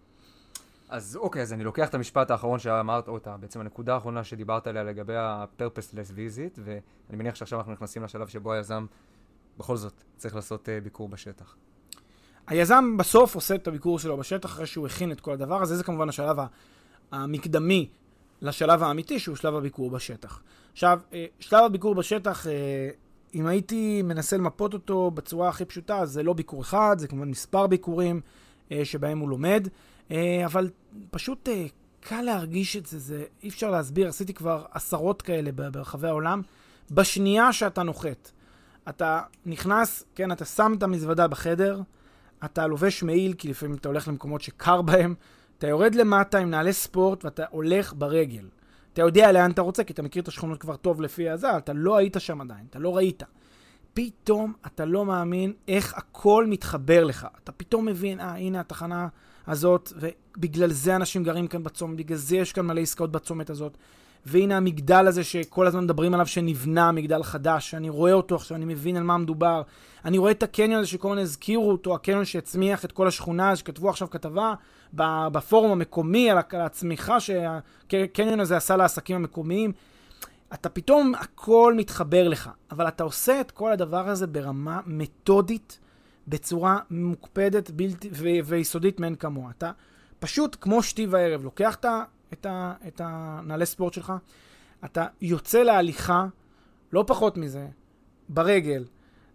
Speaker 2: אז אוקיי, אז אני לוקח את המשפט האחרון שאמרת, או בעצם הנקודה האחרונה שדיברת עליה לגבי ה-purposeless visit, ואני מניח שעכשיו אנחנו נכנסים לשלב שבו היזם בכל זאת צריך לעשות ביקור בשטח.
Speaker 1: היזם בסוף עושה את הביקור שלו בשטח אחרי שהוא הכין את כל הדבר הזה. זה כמובן השלב המקדמי לשלב האמיתי, שהוא שלב הביקור בשטח. עכשיו, שלב הביקור בשטח, אם הייתי מנסה למפות אותו בצורה הכי פשוטה, אז זה לא ביקור אחד, זה כמובן מספר ביקורים שבהם הוא לומד, אבל פשוט קל להרגיש את זה, אי אפשר להסביר, עשיתי כבר עשרות כאלה ברחבי העולם. בשנייה שאתה נוחת, אתה נכנס, כן, אתה שם את המזוודה בחדר, אתה לובש מעיל, כי לפעמים אתה הולך למקומות שקר בהם, אתה יורד למטה עם נעלי ספורט ואתה הולך ברגל. אתה יודע לאן אתה רוצה, כי אתה מכיר את השכונות כבר טוב לפי הזה, אתה לא היית שם עדיין, אתה לא ראית. פתאום אתה לא מאמין איך הכל מתחבר לך. אתה פתאום מבין, הנה התחנה הזאת, ובגלל זה אנשים גרים כאן בצומת, בגלל זה יש כאן מלא עסקאות בצומת הזאת. והנה המגדל הזה שכל הזמן מדברים עליו שנבנה, מגדל חדש, שאני רואה אותו עכשיו, אני מבין על מה מדובר. אני רואה את הקניון הזה שכל מיני הזכירו אותו, הקניון שהצמיח את כל השכונה, שכתבו עכשיו כתבה בפורום המקומי על הצמיחה שהקניון הזה עשה לעסקים המקומיים. אתה פתאום הכל מתחבר לך, אבל אתה עושה את כל הדבר הזה ברמה מתודית, בצורה מוקפדת ויסודית מאין כמוה. אתה פשוט כמו שתי וערב, לוקח את הנעלי ספורט שלך, אתה יוצא להליכה, לא פחות מזה, ברגל,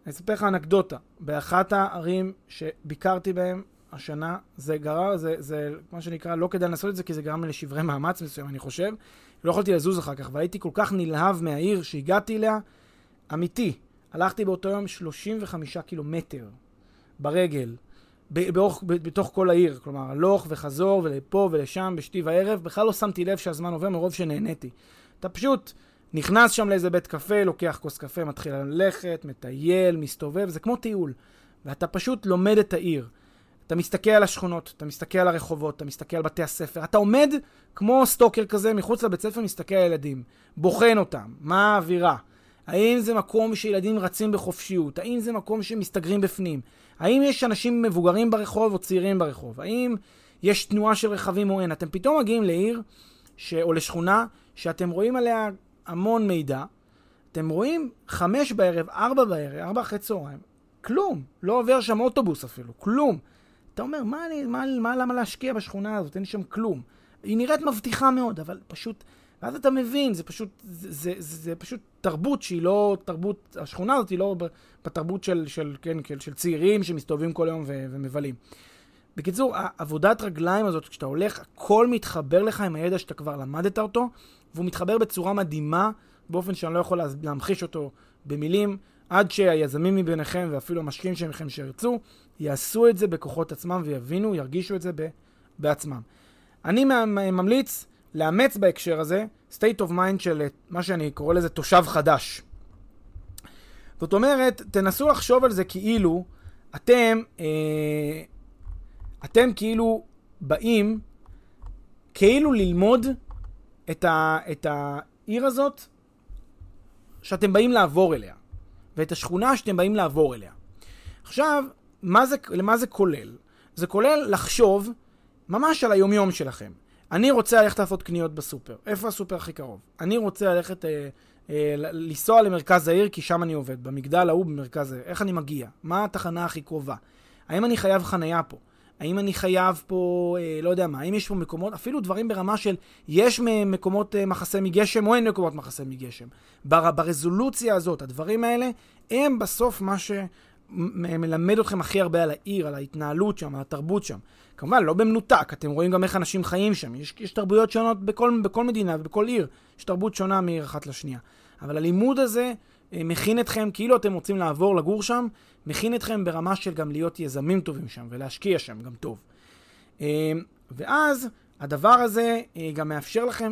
Speaker 1: אני אספר לך אנקדוטה. באחת הערים שביקרתי בהם השנה, זה גרר, זה מה שנקרא, לא כדאי לנסות את זה, כי זה גרם לשברי מאמץ מסוים, אני חושב. לא יכולתי לזוז אחר כך, והייתי כל כך נלהב מהעיר שהגעתי אליה, אמיתי. הלכתי באותו יום 35 קילומטר ברגל, בתוך כל העיר. כלומר, הלוך וחזור ולפה ולשם בשתי וערב. בכלל לא שמתי לב שהזמן עובר מרוב שנהניתי. אתה פשוט נכנס שם לאיזה בית קפה, לוקח כוס קפה, מתחיל ללכת, מטייל, מסתובב, זה כמו טיול. ואתה פשוט לומד את העיר. אתה מסתכל על השכונות, אתה מסתכל על הרחובות, אתה מסתכל על בתי הספר. אתה עומד כמו סטוקר כזה מחוץ לבית ספר, מסתכל על ילדים. בוחן אותם. מה האווירה? האם זה מקום שילדים רצים בחופשיות? האם זה מקום שמסתגרים בפנים? האם יש אנשים מבוגרים ברחוב או צעירים ברחוב? האם יש תנועה של רכבים או אין? אתם פתאום מגיעים לעיר או לשכונה שאתם רואים עליה המון מידע. אתם רואים 5 בערב, 4 בערב, 4 אחרי צהריים. כלום. לא עובר שם אוטובוס אפילו. כלום. אתה אומר, למה להשקיע בשכונה הזאת? אין שם כלום. היא נראית מבטיחה מאוד, אבל פשוט, ואז אתה מבין, זה פשוט תרבות שהיא לא תרבות, השכונה הזאת היא לא בתרבות של צעירים שמסתובבים כל היום ומבלים. בקיצור, עבודת רגליים הזאת, כשאתה הולך, הכל מתחבר לך עם הידע שאתה כבר למדת אותו, והוא מתחבר בצורה מדהימה, באופן שאני לא יכול להמחיש אותו במילים, עד שהיזמים מביניכם ואפילו המשקיעים שלכם שירצו, יעשו את זה בכוחות עצמם ויבינו, ירגישו את זה בעצמם. אני ממליץ לאמץ בהקשר הזה state of mind של מה שאני קורא לזה תושב חדש. זאת אומרת, תנסו לחשוב על זה כאילו אתם כאילו באים כאילו ללמוד את העיר הזאת שאתם באים לעבור אליה, ואת השכונה שאתם באים לעבור אליה. עכשיו, למה זה כולל? זה כולל לחשוב ממש על היומיום שלכם. אני רוצה ללכת לעשות קניות בסופר. איפה הסופר הכי קרוב? אני רוצה ללכת לנסוע למרכז העיר, כי שם אני עובד. במגדל ההוא במרכז העיר. איך אני מגיע? מה התחנה הכי קרובה? האם אני חייב חנייה פה? האם אני חייב פה, לא יודע מה, האם יש פה מקומות, אפילו דברים ברמה של, יש מקומות מחסה מגשם או אין מקומות מחסה מגשם. ברזולוציה הזאת, הדברים האלה, הם בסוף מה שמלמד אתכם הכי הרבה על העיר, על ההתנהלות שם, על התרבות שם. כמובן, לא במנותק, אתם רואים גם איך אנשים חיים שם. יש תרבויות שונות בכל מדינה ובכל עיר. יש תרבות שונה מעיר אחת לשנייה. אבל הלימוד הזה מכין אתכם, כאילו אתם רוצים לעבור לגור שם, מכין אתכם ברמה של גם להיות יזמים טובים שם, ולהשקיע שם גם טוב. ואז הדבר הזה גם מאפשר לכם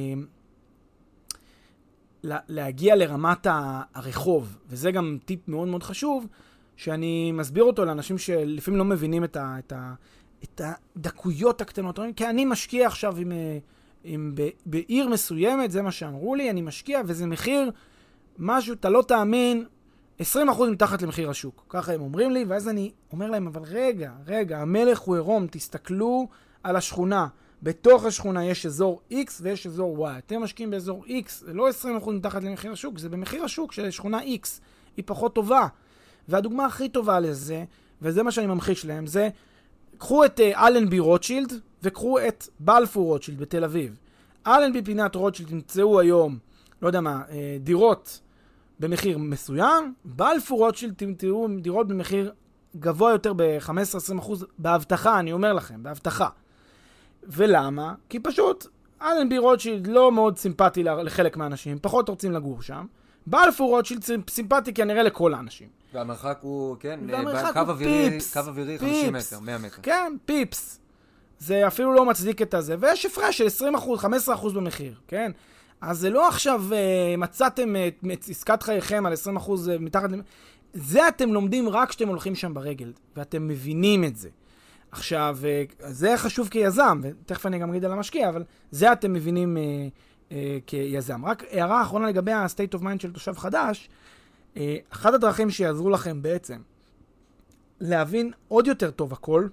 Speaker 1: להגיע לרמת הרחוב, וזה גם טיפ מאוד מאוד חשוב, שאני מסביר אותו לאנשים שלפעמים לא מבינים את הדקויות הקטנות. כי אני משקיע עכשיו בעיר מסוימת, זה מה שאמרו לי, אני משקיע, וזה מחיר משהו, אתה לא תאמין, 20% מתחת למחיר השוק. ככה הם אומרים לי, ואז אני אומר להם, אבל רגע, המלך הוא עירום, תסתכלו על השכונה. בתוך השכונה יש אזור X ויש אזור Y. אתם משקיעים באזור X, זה לא 20% מתחת למחיר השוק, זה במחיר השוק של שכונה X. היא פחות טובה. והדוגמה הכי טובה לזה, וזה מה שאני ממחיש להם, זה, קחו את אלנבי רוטשילד, וקחו את בלפור רוטשילד בתל אביב. אלנבי פינת רוטשילד תמצאו היום, לא יודע מה, דירות במחיר מסוים, בלפור רוטשילד תמצאו דירות במחיר גבוה יותר ב-15-20%, בהבטחה, אני אומר לכם, בהבטחה. ולמה? כי פשוט אלנבי רוטשילד לא מאוד סימפטי לחלק מהאנשים, פחות רוצים לגור שם. בלפור רוטשילד סימפטי כנראה לכל האנשים.
Speaker 2: והמרחק הוא, כן,
Speaker 1: קו
Speaker 2: אווירי 50 מטר, 100 מטר.
Speaker 1: כן, פיפס. זה אפילו לא מצדיק את הזה, ויש הפרש של 20%, 15% במחיר, כן? אז זה לא עכשיו מצאתם את עסקת חייכם על 20% מתחת, זה אתם לומדים רק כשאתם הולכים שם ברגל, ואתם מבינים את זה. עכשיו, זה חשוב כיזם, ותכף אני גם אגיד על המשקיע, אבל זה אתם מבינים כיזם. רק הערה האחרונה לגבי ה-state of mind של תושב חדש, אחד הדרכים שיעזרו לכם בעצם להבין עוד יותר טוב הכל,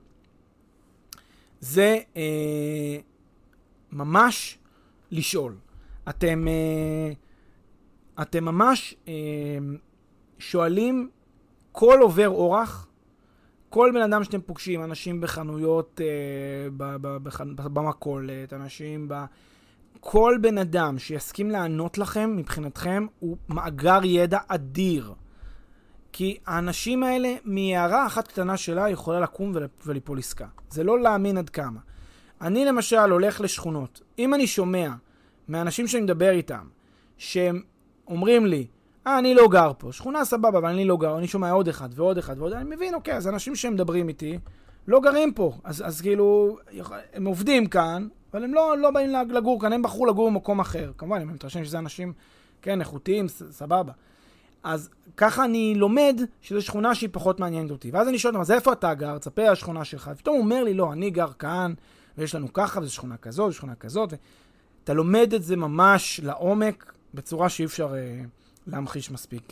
Speaker 1: זה ממש לשאול. אתם ממש שואלים כל עובר אורח, כל בן אדם שאתם פוגשים, אנשים בחנויות, במכולת, אנשים כל בן אדם שיסכים לענות לכם, מבחינתכם, הוא מאגר ידע אדיר. כי האנשים האלה, מהערה אחת קטנה שלה, יכולה לקום וליפול עסקה. זה לא להאמין עד כמה. אני למשל הולך לשכונות. אם אני שומע מהאנשים שאני מדבר איתם, שהם אומרים לי, אני לא גר פה, שכונה סבבה, אבל אני לא גר, אני שומע עוד אחד ועוד אחד ועוד, אני מבין, אוקיי, אז אנשים שהם מדברים איתי, לא גרים פה. אז כאילו, הם עובדים כאן, אבל הם לא באים לגור כאן, הם בחרו לגור במקום אחר. כמובן, הם מתרשם שזה אנשים, כן, איכותיים, סבבה. אז ככה אני לומד שזו שכונה שהיא פחות מעניינת אותי. ואז אני שואל, אז איפה אתה גר? תספר השכונה שלך. ופתאום הוא אומר לי, לא, אני גר כאן, ויש לנו ככה, וזו שכונה כזאת, ושכונה כזאת. אתה לומד את זה ממש לעומק, בצורה שאי אפשר להמחיש מספיק.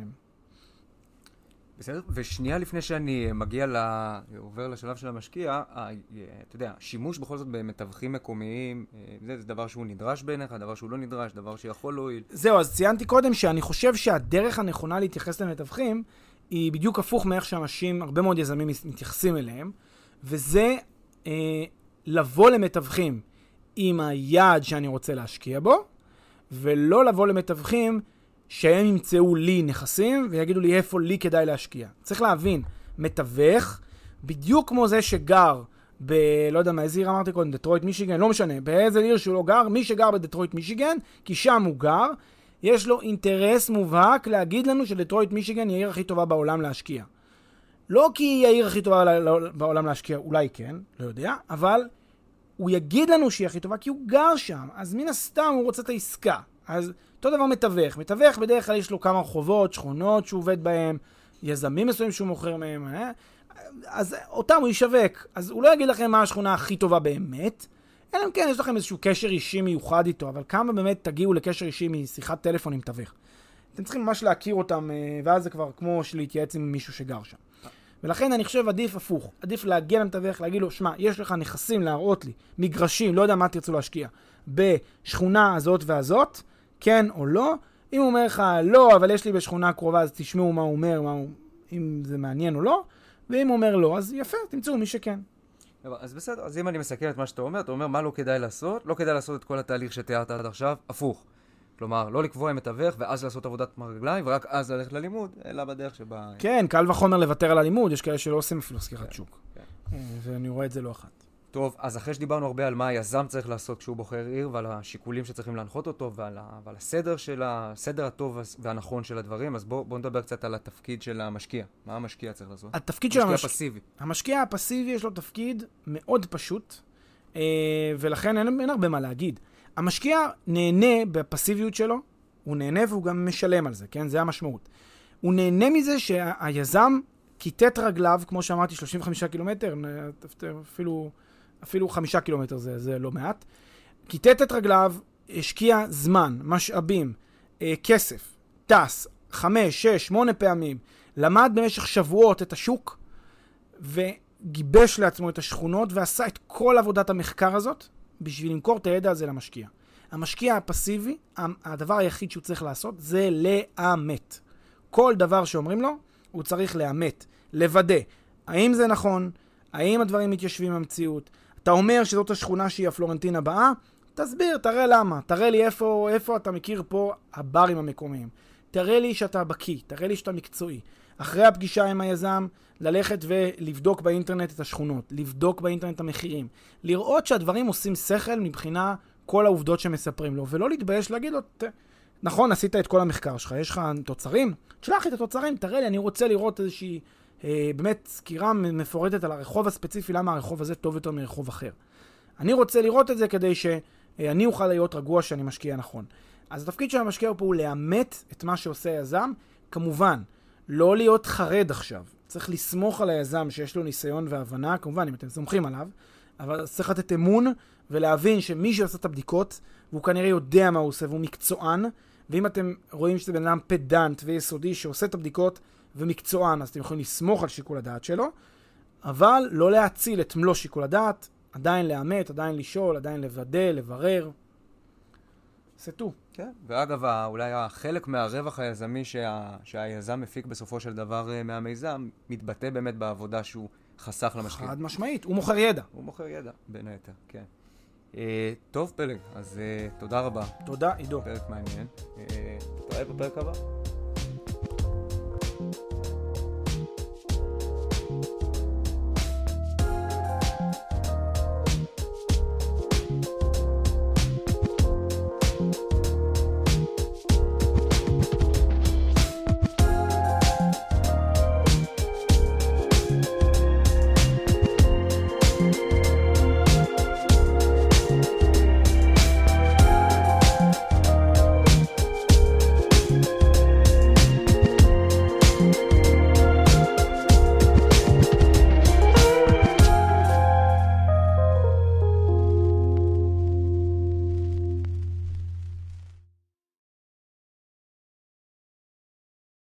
Speaker 2: בסדר? ושנייה לפני שאני עובר לשלב של המשקיע, אתה יודע, שימוש בכל זאת במתווכים מקומיים, זה דבר שהוא נדרש בעיניך, דבר שהוא לא נדרש, דבר שיכול להועיל.
Speaker 1: זהו, אז ציינתי קודם שאני חושב שהדרך הנכונה להתייחס למתווכים, היא בדיוק הפוך מאיך שאנשים, הרבה מאוד יזמים מתייחסים אליהם, וזה לבוא למתווכים עם היעד שאני רוצה להשקיע בו, ולא לבוא למתווכים שהם ימצאו לי נכסים ויגידו לי איפה לי כדאי להשקיע. צריך להבין, מתווך, בדיוק כמו זה שגר לא יודע מה, איזה עיר אמרתי קודם, דטרויט מישיגן, לא משנה, באיזה עיר שהוא לא גר, מי שגר בדטרויט מישיגן, כי שם הוא גר, יש לו אינטרס מובהק להגיד לנו שדטרויט מישיגן היא העיר הכי טובה בעולם להשקיע. לא כי היא העיר הכי טובה בעולם להשקיע, אולי כן, לא יודע, אבל הוא יגיד לנו שהיא הכי טובה כי הוא גר שם, אז מן הסתם הוא רוצה את העסקה. אז אותו דבר מתווך. מתווך בדרך כלל יש לו כמה רחובות, שכונות שהוא עובד בהם, יזמים מסוים שהוא מוכר מהם, אז אותם הוא ישווק. אז הוא לא יגיד לכם מה השכונה הכי טובה באמת, אלא אם כן יש לכם איזשהו קשר אישי מיוחד איתו, אבל כמה באמת תגיעו לקשר אישי משיחת טלפון עם מתווך. אתם צריכים ממש להכיר אותם, ואז זה כבר כמו להתייעץ עם מישהו שגר שם. ולכן אני חושב עדיף הפוך. עדיף להגיע למתווך, להגיד לו, שמע, יש לך נכסים להראות לי, מגרשים, לא יודע מה תרצו להשקיע, בשכונה הזאת והזאת, כן או לא. אם הוא אומר לך, לא, אבל יש לי בשכונה קרובה, אז תשמעו מה הוא אומר, אם זה מעניין או לא. ואם הוא אומר לא, אז יפה, תמצאו מי שכן.
Speaker 2: אז בסדר, אז אם אני מסכם את מה שאתה אומר, אתה אומר מה לא כדאי לעשות? לא כדאי לעשות את כל התהליך שתיארת עד עכשיו, הפוך. כלומר, לא לקבוע עם מתווך ואז לעשות עבודת מרגליים, ורק אז ללכת ללימוד, אלא בדרך שבה...
Speaker 1: כן, קל וחומר לוותר על הלימוד, יש כאלה שלא עושים אפילו סקירת שוק. ואני רואה את זה לא אחת.
Speaker 2: טוב, אז אחרי שדיברנו הרבה על מה היזם צריך לעשות כשהוא בוחר עיר, ועל השיקולים שצריכים להנחות אותו, ועל הסדר הטוב והנכון של הדברים, אז בואו נדבר קצת על התפקיד של המשקיע. מה המשקיע צריך לעשות?
Speaker 1: התפקיד של
Speaker 2: המשקיע הפסיבי.
Speaker 1: המשקיע הפסיבי יש לו תפקיד מאוד פשוט, ולכן אין הרבה מה להגיד. המשקיע נהנה בפסיביות שלו, הוא נהנה והוא גם משלם על זה, כן? זה המשמעות. הוא נהנה מזה שהיזם כיתת רגליו, כמו שאמרתי, 35 קילומטר, אפילו 5 קילומטר זה לא מעט. כיתת את רגליו, השקיע זמן, משאבים, כסף, טס, 5, 6, 8 פעמים, למד במשך שבועות את השוק, וגיבש לעצמו את השכונות, ועשה את כל עבודת המחקר הזאת, בשביל למכור את הידע הזה למשקיע. המשקיע הפסיבי, הדבר היחיד שהוא צריך לעשות, זה לאמת. כל דבר שאומרים לו, הוא צריך לאמת, לוודא. האם זה נכון? האם הדברים מתיישבים במציאות? אתה אומר שזאת השכונה שהיא הפלורנטין הבאה? תסביר, תראה למה. תראה לי איפה אתה מכיר פה הברים המקומיים. תראה לי שאתה בקיא, תראה לי שאתה מקצועי. אחרי הפגישה עם היזם, ללכת ולבדוק באינטרנט את השכונות, לבדוק באינטרנט המחירים, לראות שהדברים עושים שכל מבחינה כל העובדות שמספרים לו, ולא להתבייש להגיד לו, נכון, עשית את כל המחקר שלך, יש לך תוצרים? תשלח לי את התוצרים, תראה לי, אני רוצה לראות איזושהי באמת סקירה מפורטת על הרחוב הספציפי, למה הרחוב הזה טוב יותר מרחוב אחר. אני רוצה לראות את זה כדי שאני אוכל להיות רגוע שאני משקיע נכון. אז התפקיד של המשקיע פה הוא לאמת את מה שעושה היזם, כמובן, לא להיות חרד עכשיו. צריך לסמוך על היזם שיש לו ניסיון והבנה, כמובן, אם אתם סומכים עליו, אבל צריך לתת אמון ולהבין שמי שעושה את הבדיקות, והוא כנראה יודע מה הוא עושה, והוא מקצוען, ואם אתם רואים שזה בן אדם פדנט ויסודי שעושה את הבדיקות ומקצוען, אז אתם יכולים לסמוך על שיקול הדעת שלו, אבל לא להציל את מלוא שיקול הדעת, עדיין לאמת, עדיין לשאול, עדיין לוודא, לברר. סטו.
Speaker 2: כן, ואגב, אולי החלק מהרווח היזמי שהיזם מפיק בסופו של דבר מהמיזם, מתבטא באמת בעבודה שהוא חסך למשקיע.
Speaker 1: חד משמעית, הוא מוכר ידע.
Speaker 2: הוא מוכר ידע, בין היתר, כן. טוב, פלג, אז תודה רבה.
Speaker 1: תודה, עידו.
Speaker 2: פרק מעניין. תראה בפרק הבא.